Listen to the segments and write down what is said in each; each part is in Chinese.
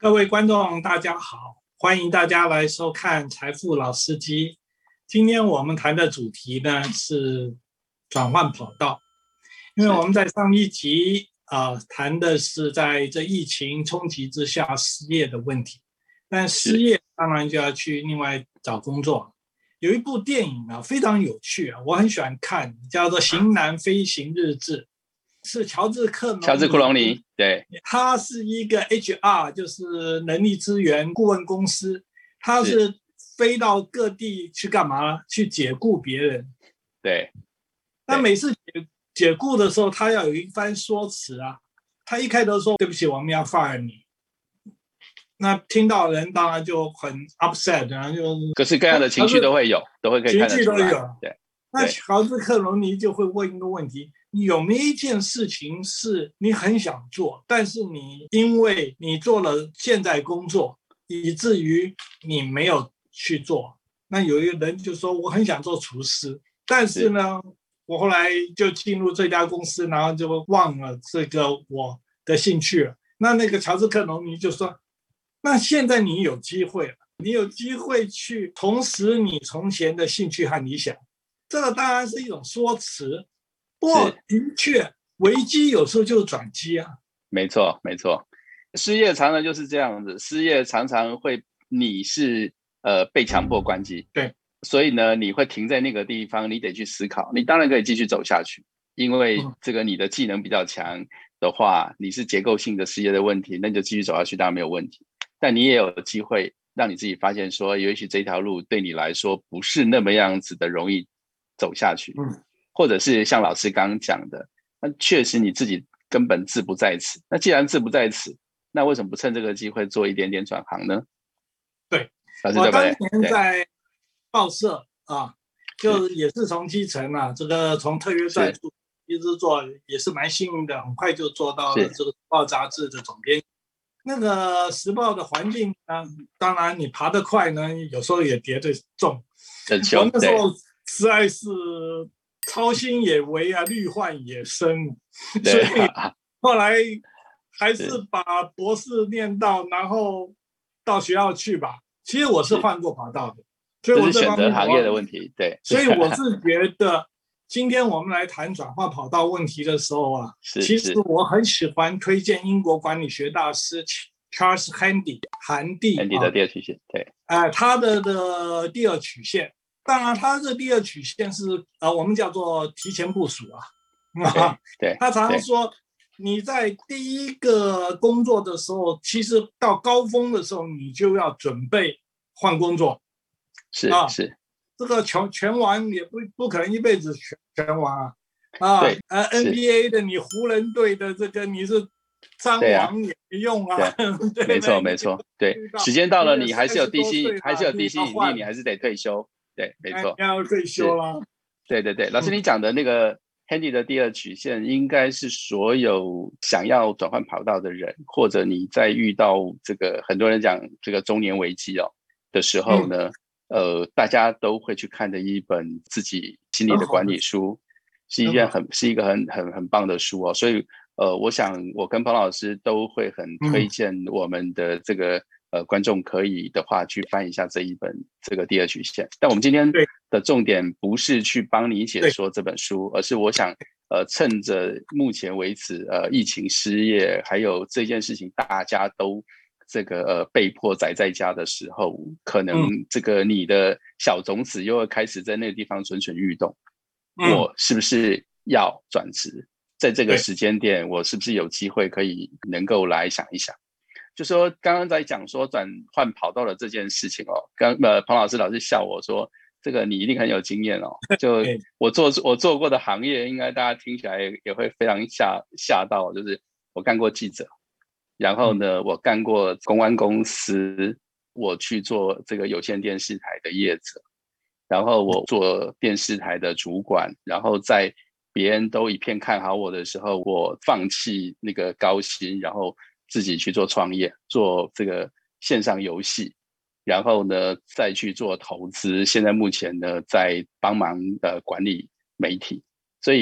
各位观众，大家好，欢迎大家来收看财富老司机。今天我们谈的主题呢是转换跑道，因为我们在上一集谈的是在这疫情冲击之下失业的问题，但失业当然就要去另外找工作。有一部电影非常有趣我很喜欢看，叫做《型男飞行日志》。是乔治克隆尼， 对， 他是一个 HR， 就是人力资源顾问公司，他是飞到各地去干嘛？去解雇别人。 对， 那每次解雇的时候，他要有一番说辞他一开头说：“对不起，我们要 fire 你。”那听到人当然就很 upset， 然后就各式各样的情绪都会有，都会可以看得出来。 情绪都有。对。那乔治克隆尼就会问一个问题：你有没有一件事情是你很想做，但是你因为你做了现在工作，以至于你没有去做？那有一个人就说：我很想做厨师，但是呢，我后来就进入这家公司，然后就忘了这个我的兴趣了。那个乔治克隆尼就说：那现在你有机会了，你有机会去重拾你从前的兴趣和理想。这个当然是一种说辞，不过的确，危机有时候就是转机没错，没错。失业常常就是这样子，失业常常会你是被强迫关机， 对， 所以呢，你会停在那个地方，你得去思考。你当然可以继续走下去，因为这个你的技能比较强的话，你是结构性的失业的问题，那你就继续走下去，当然没有问题。但你也有机会让你自己发现说，也许这条路对你来说不是那么样子的容易走下去，或者是像老师刚刚讲的，那确实你自己根本志不在此。那既然志不在此，那为什么不趁这个机会做一点点转行呢？ 对， 老师我当年在报社就也是从基层这个从特约撰述一直做，也是蛮幸运的，很快就做到了这个时报杂志的总编辑。那个时报的环境呢，当然你爬得快呢，有时候也跌得重。我那时候实在是操心也微虑患也深，所以后来还是把博士念到，然后到学校去吧。其实我是换过跑道的，所以我这是选择行业的问题。对， 所以我是觉得，今天我们来谈转换跑道问题的时候其实我很喜欢推荐英国管理学大师 Charles Handy 韩蒂的第二曲线，对， 他的第二曲线。当然，他这第二曲线是我们叫做提前部署对， 他常常说，你在第一个工作的时候，其实到高峰的时候，你就要准备换工作。 是这个拳王也不可能一辈子拳王NBA 的你湖人队的这个你是张王也没用对，没错，对，时间到了，你还是有地心引力，你还是得退休。对，没错， 要退休了。 对，老师你讲的那个 Handy 的第二曲线，应该是所有想要转换跑道的人，或者你在遇到这个很多人讲这个中年危机的时候呢，大家都会去看的一本自己心理的管理书，是一个很棒的书所以我想我跟彭老师都会很推荐我们的这个观众可以的话去翻一下这一本这个第二曲线。但我们今天的重点不是去帮你解说这本书，而是我想趁着目前为止疫情失业还有这件事情大家都这个被迫宅在家的时候，可能这个你的小种子又会开始在那个地方蠢蠢欲动，我是不是要转职？在这个时间点我是不是有机会可以能够来想一想？就说刚刚在讲说转换跑道的这件事情彭老师笑我说，这个你一定很有经验就我做过的行业，应该大家听起来也会非常吓到，就是我干过记者，然后呢我干过公关公司，我去做这个有线电视台的业者，然后我做电视台的主管，然后在别人都一片看好我的时候，我放弃那个高薪，然后自己去做创业，做这个线上游戏，然后呢再去做投资，现在目前呢在帮忙管理媒体。所以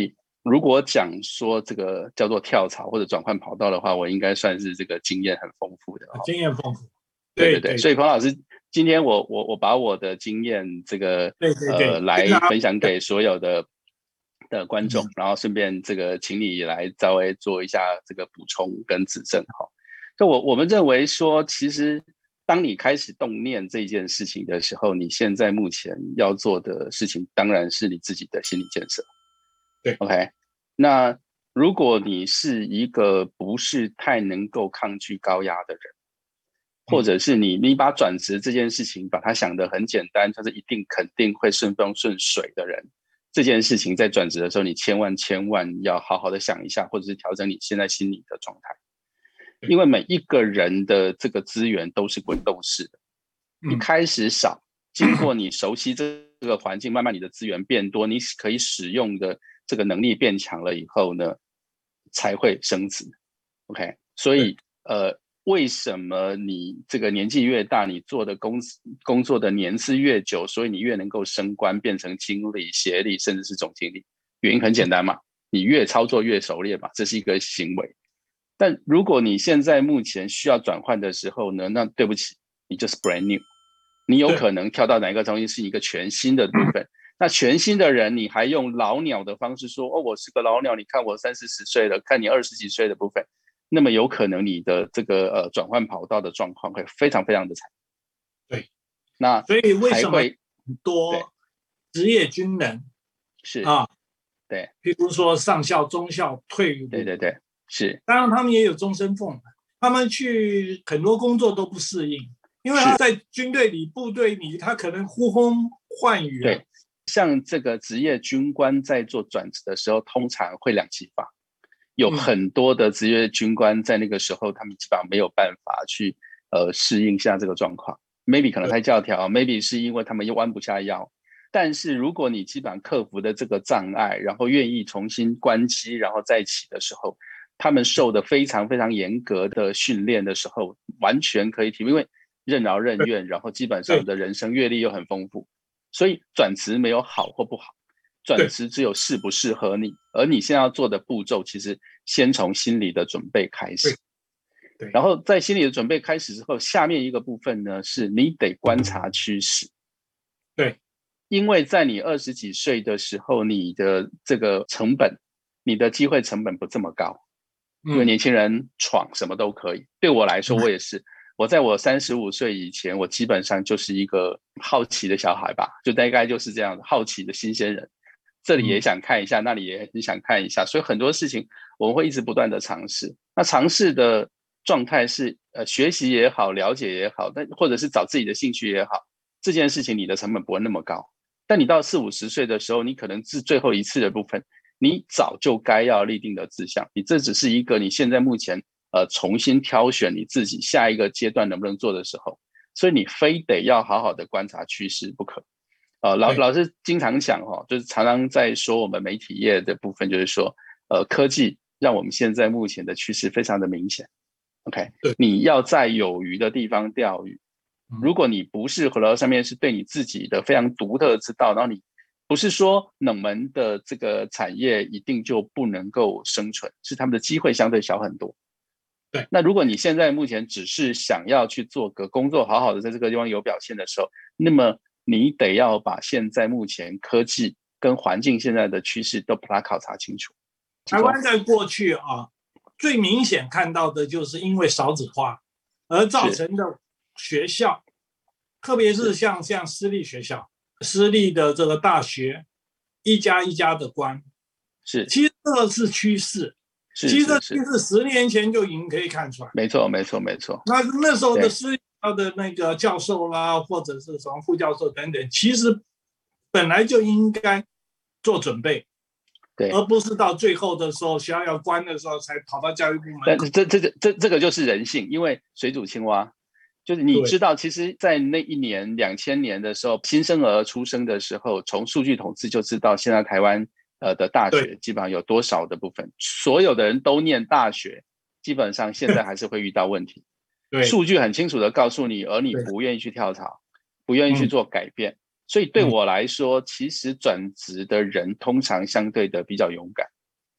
如果讲说这个叫做跳槽或者转换跑道的话，我应该算是这个经验很丰富的经验丰富。 对，所以彭老师，今天我把我的经验这个来分享给所有的观众，然后顺便这个请你来稍微做一下这个补充跟指正哈。就我们认为说，其实当你开始动念这件事情的时候，你现在目前要做的事情，当然是你自己的心理建设。 对 ，OK， 那如果你是一个不是太能够抗拒高压的人，或者是你把转职这件事情把它想得很简单，就是一定肯定会顺风顺水的人，这件事情在转职的时候，你千万要好好的想一下，或者是调整你现在心理的状态。因为每一个人的这个资源都是滚动式的，一开始少，经过你熟悉这个环境，慢慢你的资源变多，你可以使用的这个能力变强了以后呢，才会升职。OK， 所以为什么你这个年纪越大，你做的工作的年资越久，所以你越能够升官变成经理、协理，甚至是总经理？原因很简单嘛，你越操作越熟练嘛，这是一个行为。但如果你现在目前需要转换的时候呢，那对不起，你就是 brand new， 你有可能跳到哪个东西是一个全新的部分。那全新的人，你还用老鸟的方式说，我是个老鸟，你看我30-40岁了，看你20几岁的部分，那么有可能你的这个转换跑道的状况会非常非常的惨。 对， 那所以为什么很多职业军人是对， 譬如说上校、中校退伍， 对，是， 当然他们也有终身俸，他们去很多工作都不适应，因为他在军队里、部队里，他可能呼风唤雨。 对，像这个职业军官在做转职的时候，通常会两极化。有很多的职业军官在那个时候，他们基本上没有办法去适应下这个状况 ，maybe 可能太教条 ，maybe 是因为他们又弯不下腰。但是如果你基本上克服的这个障碍，然后愿意重新关机，然后再起的时候，他们受的非常非常严格的训练的时候，完全可以体会，因为任劳任怨，然后基本上的人生阅历又很丰富，所以转职没有好或不好，转职只有适不适合你。而你现在要做的步骤，其实先从心理的准备开始。然后在心理的准备开始之后，下面一个部分呢，是你得观察趋势。 对， 因为在你20几岁的时候，你的这个成本，你的机会成本不这么高，因为年轻人闯什么都可以。对我来说，我也是。我在我35岁以前，我基本上就是一个好奇的小孩吧，就大概就是这样好奇的新鲜人，这里也想看一下，那里也很想看一下，所以很多事情我们会一直不断的尝试。那尝试的状态是学习也好，了解也好，但或者是找自己的兴趣也好，这件事情你的成本不会那么高。但你到40-50岁的时候，你可能是最后一次的部分，你早就该要立定的志向，你这只是一个你现在目前重新挑选你自己下一个阶段能不能做的时候，所以你非得要好好的观察趋势不可。老师经常讲就是常常在说我们媒体业的部分，就是说科技让我们现在目前的趋势非常的明显。OK， 你要在有鱼的地方钓鱼。如果你不是河流上面是对你自己的非常独特之道，然后你不是说冷门的这个产业一定就不能够生存，是他们的机会相对小很多。 对， 那如果你现在目前只是想要去做个工作，好好的在这个地方有表现的时候，那么你得要把现在目前科技跟环境现在的趋势都把它考察清楚。 台湾在过去最明显看到的就是因为少子化而造成的学校，特别是像私立学校、私立的这个大学，一家一家的关。其实这个是趋势。其实这趋势10年前就已经可以看出来。 没错。 那时候的私立的那个教授啦，或者是什么副教授等等，其实本来就应该做准备。 对， 而不是到最后的时候，学校要关的时候才跑到教育部门。 但这个就是人性，因为水煮青蛙，就是你知道，其实，在那一年2000年的时候，新生儿出生的时候，从数据统计就知道，现在台湾的大学基本上有多少的部分，所有的人都念大学，基本上现在还是会遇到问题。 对， 数据很清楚的告诉你，而你不愿意去跳槽，不愿意去做改变。所以对我来说，其实转职的人通常相对的比较勇敢，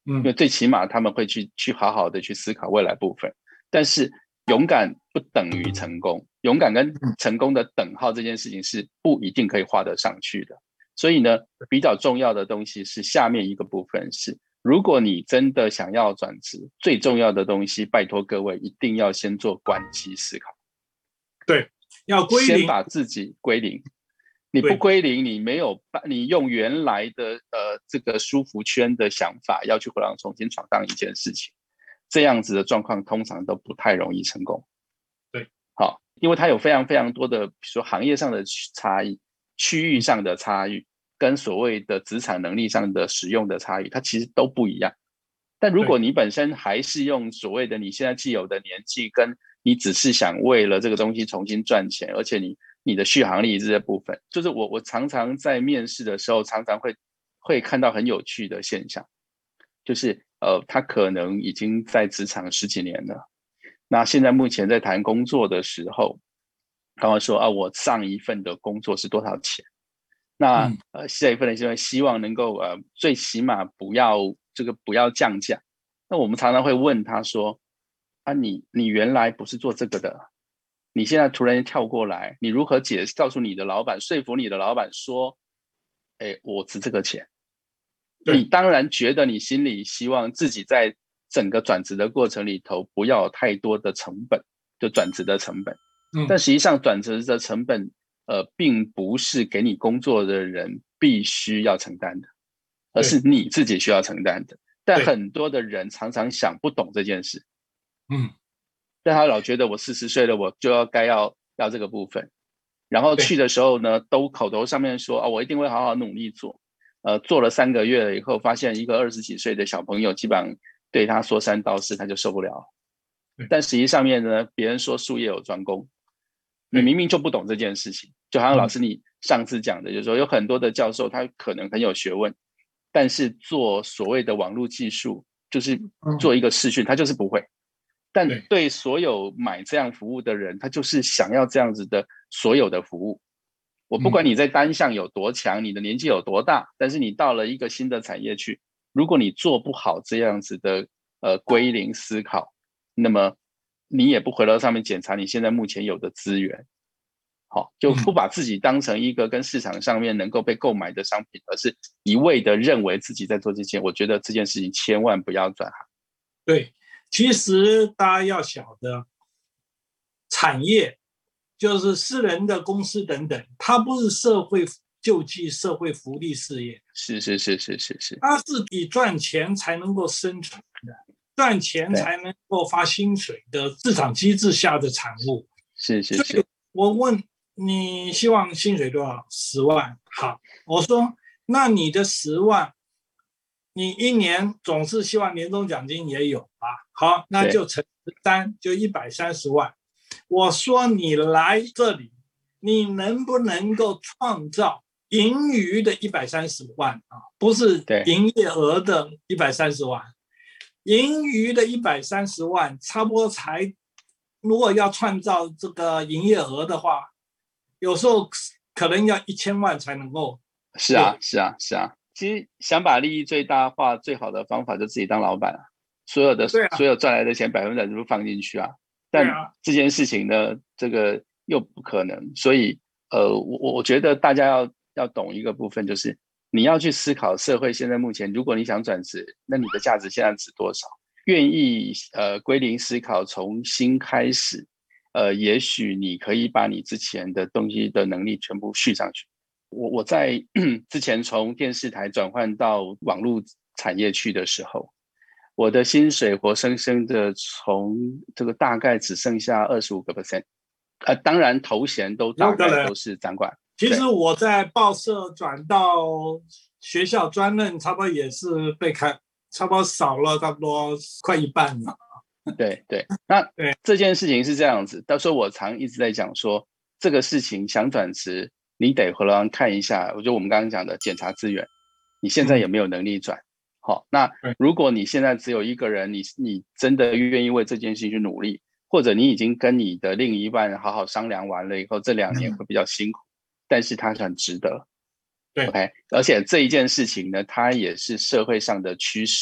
因为最起码他们会去好好的去思考未来部分。但是勇敢不等于成功，勇敢跟成功的等号这件事情是不一定可以画得上去的。所以呢，比较重要的东西是下面一个部分是，如果你真的想要转职，最重要的东西，拜托各位一定要先做关机思考。 对，要归零， 先把自己归零。你不归零，你没有你用原来的这个舒服圈的想法要去回来重新闯荡一件事情，这样子的状况通常都不太容易成功。 对， 好，因为它有非常非常多的，比如说行业上的差异、区域上的差异，跟所谓的职场能力上的使用的差异，它其实都不一样。但如果你本身还是用所谓的你现在既有的年纪，跟你只是想为了这个东西重新赚钱，而且你的续航力这些部分，就是我常常在面试的时候，常常会看到很有趣的现象，就是他可能已经在职场10几年了，那现在目前在谈工作的时候，他会说我上一份的工作是多少钱？那下一份的希望能够最起码不要降价。那我们常常会问他说你原来不是做这个的，你现在突然跳过来，你如何告诉你的老板，说服你的老板说我值这个钱？你当然觉得你心里希望自己在整个转职的过程里头不要有太多的成本，就转职的成本。但实际上转职的成本并不是给你工作的人必须要承担的，而是你自己需要承担的。但很多的人常常想不懂这件事，但他老觉得我40岁了，我就该要这个部分，然后去的时候呢，都口头上面说我一定会好好努力做，做了3个月了以后，发现一个20几岁的小朋友基本上对他说3道4，他就受不了了。但实际上面呢，别人说术业有专攻，你明明就不懂这件事情，就好像老师你上次讲的，就是说有很多的教授他可能很有学问，但是做所谓的网络技术，就是做一个视讯，他就是不会。但对所有买这样服务的人，他就是想要这样子的所有的服务。我不管你在单项有多强，你的年纪有多大，但是你到了一个新的产业去，如果你做不好这样子的归零思考，那么你也不回到上面检查你现在目前有的资源，好，就不把自己当成一个跟市场上面能够被购买的商品，而是一味的认为自己在做这件。我觉得这件事情千万不要转行。 对，其实大家要晓得，产业就是私人的公司等等，它不是社会救济、社会福利事业， 是， 它是以赚钱才能够生存的，赚钱才能够发薪水的市场机制下的产物。 是。 所以我问你希望薪水多少？10万。好，我说那你的10万，你一年总是希望年终奖金也有吧？好，那就乘13，就130万。我说你来这里，你能不能够创造盈余的130万啊？不是营业额的130万，盈余的130万，差不多才，如果要创造这个营业额的话，有时候可能要1000万才能够。 是啊。其实想把利益最大化，最好的方法就自己当老板啊，所有赚来的钱100%都放进去啊。但这件事情呢，这个又不可能，所以我觉得大家要懂一个部分，就是你要去思考社会现在目前，如果你想转职，那你的价值现在值多少？愿意归零思考，重新开始，也许你可以把你之前的东西的能力全部续上去。我在之前从电视台转换到网络产业去的时候，我的薪水活生生的从这个大概只剩下25%，当然头衔都大概都是掌管。 其实我在报社转到学校专任，差不多也是被开，差不多少了差不多快一半了。 对，那这件事情是这样子，到时候我常一直在讲说，这个事情想转职，你得回来看一下，我觉得我们刚刚讲的检查资源，你现在有没有能力转？好，那如果你现在只有一个人，你真的愿意为这件事情去努力，或者你已经跟你的另一半好好商量完了以后，这2年会比较辛苦，但是它很值得。 对 ，OK， 而且这一件事情呢，它也是社会上的趋势。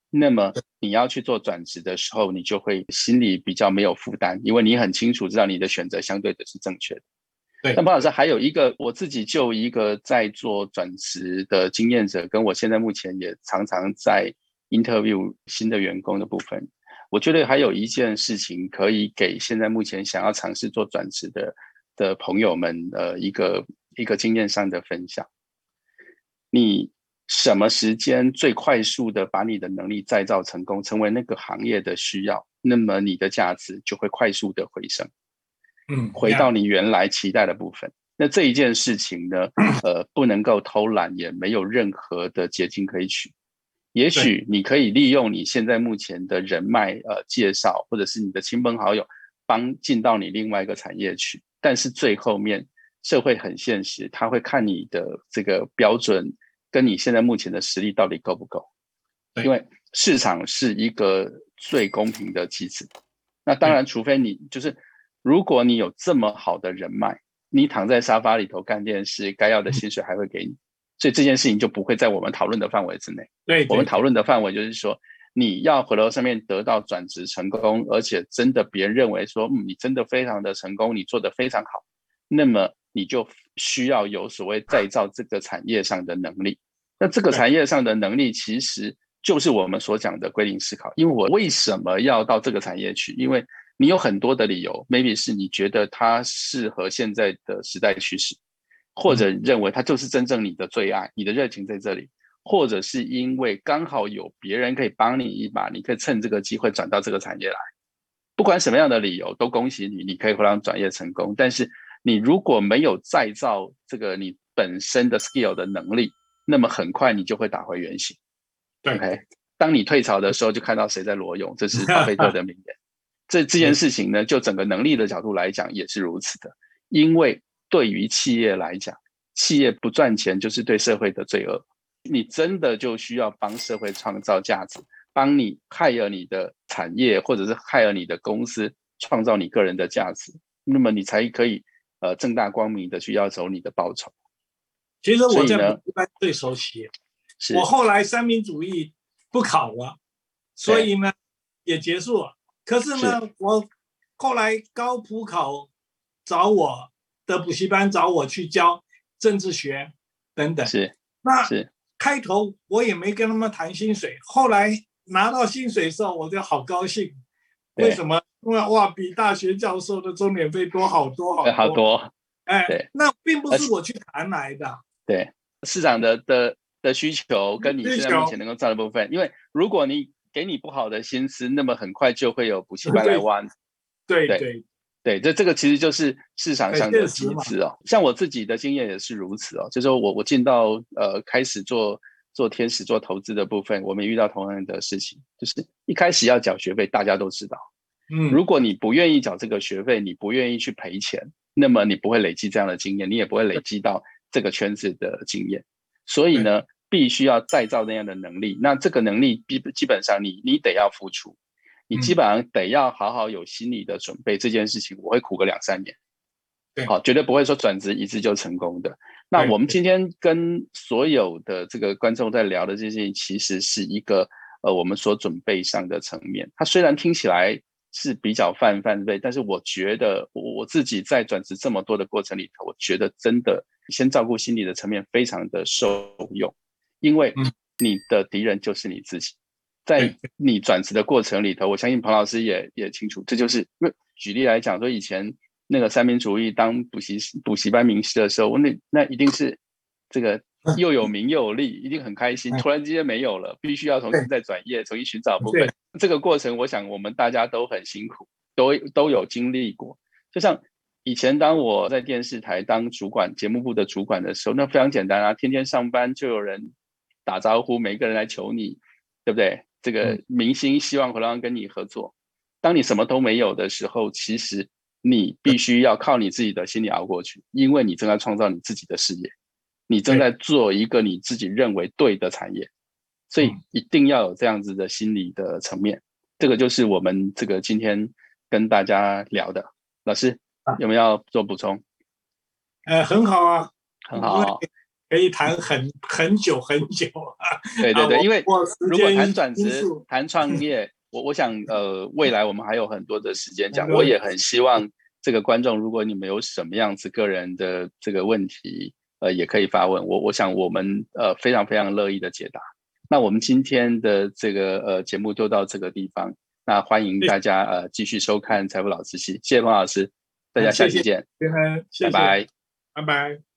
那么你要去做转职的时候，你就会心里比较没有负担，因为你很清楚知道你的选择相对的是正确的。 对。 那彭老师还有一个，我自己就一个在做转职的经验者，跟我现在目前也常常在 interview 新的员工的部分，我觉得还有一件事情可以给现在目前想要尝试做转职的朋友们，一个经验上的分享。你什么时间最快速的把你的能力再造成功，成为那个行业的需要，那么你的价值就会快速的回升。回到你原来期待的部分。那这一件事情呢，不能够偷懒，也没有任何的捷径可以取。也许你可以利用你现在目前的人脉介绍，或者是你的亲朋好友帮进到你另外一个产业去，但是最后面社会很现实，他会看你的这个标准跟你现在目前的实力到底够不够。因为市场是一个最公平的机制。那当然，除非你就是如果你有这么好的人脉，你躺在沙发里头干电视，该要的薪水还会给你，所以这件事情就不会在我们讨论的范围之内。 对， 我们讨论的范围就是说，你要回头上面得到转职成功，而且真的别人认为说，你真的非常的成功，你做得非常好，那么你就需要有所谓再造这个产业上的能力。那这个产业上的能力其实就是我们所讲的归零思考。因为我为什么要到这个产业去？因为你有很多的理由 ，maybe 是你觉得它适合现在的时代趋势，或者认为它就是真正你的最爱，你的热情在这里，或者是因为刚好有别人可以帮你一把，你可以趁这个机会转到这个产业来。不管什么样的理由，都恭喜你，你可以回来转业成功。但是你如果没有再造这个你本身的 skill 的能力，那么很快你就会打回原形。 对 ，OK， 当你退潮的时候，就看到谁在裸泳，这是巴菲特的名言。这件事情呢，就整个能力的角度来讲也是如此的。因为对于企业来讲，企业不赚钱就是对社会的罪恶。你真的就需要帮社会创造价值，帮你hire你的产业或者是hire你的公司创造你个人的价值，那么你才可以正大光明的去要求你的报酬。 其实我在补习班最熟悉，我后来三民主义不考了，所以呢也结束了。可是呢，我后来高普考找我的补习班找我去教政治学等等。那开头我也没跟他们谈薪水，后来拿到薪水的时候我就好高兴。为什么？因为哇，比大学教授的钟点费多好多好多。 好多。 那并不是我去谈来的。 对，市场的需求跟你现在目前能够赚的部分，因为如果你给你不好的薪资，那么很快就会有补习班来挖。对，这个其实就是市场上的机制哦。像我自己的经验也是如此哦，就是说我进到开始做天使做投资的部分，我们也遇到同样的事情，就是一开始要缴学费，大家都知道。如果你不愿意缴这个学费，你不愿意去赔钱，那么你不会累积这样的经验，你也不会累积到这个圈子的经验。所以呢，必须要再造那样的能力。那这个能力基本上你得要付出，你基本上得要好好有心理的准备。这件事情我会苦个2-3年，好，绝对不会说转职一次就成功的。那我们今天跟所有的这个观众在聊的这件事情，其实是一个我们所准备上的层面。它虽然听起来是比较泛备，但是我觉得我自己在转职这么多的过程里头，我觉得真的先照顾心理的层面非常的受用。因为你的敌人就是你自己。在你转职的过程里头，我相信彭老师也清楚，这就是因为举例来讲说，以前那个三民主义当补习班名师的时候，那一定是这个又有名又有利，一定很开心。突然之间没有了，必须要重新再转业，重新寻找部分。这个过程，我想我们大家都很辛苦，都有经历过。就像以前当我在电视台当主管，节目部的主管的时候，那非常简单啊，天天上班就有人打招呼，每个人来求你，对不对？这个明星希望回来跟你合作。当你什么都没有的时候，其实你必须要靠你自己的心理熬过去，因为你正在创造你自己的事业，你正在做一个你自己认为对的产业，所以一定要有这样子的心理的层面。这个就是我们这个今天跟大家聊的。老师有没有要做补充？ 很好啊， 很好。 可以谈很久很久啊。 对对对，因为如果谈转因职、 素谈创业，我想未来我们还有很多的时间讲。 很多我也很希望这个观众，如果你们有什么样子个人的这个问题，也可以发问。我想我们非常非常乐意的解答。那我们今天的这个节目就到这个地方。那欢迎大家继续收看财富老师系，谢谢彭老师，大家下期见， 谢谢，谢谢， 拜拜。 拜拜。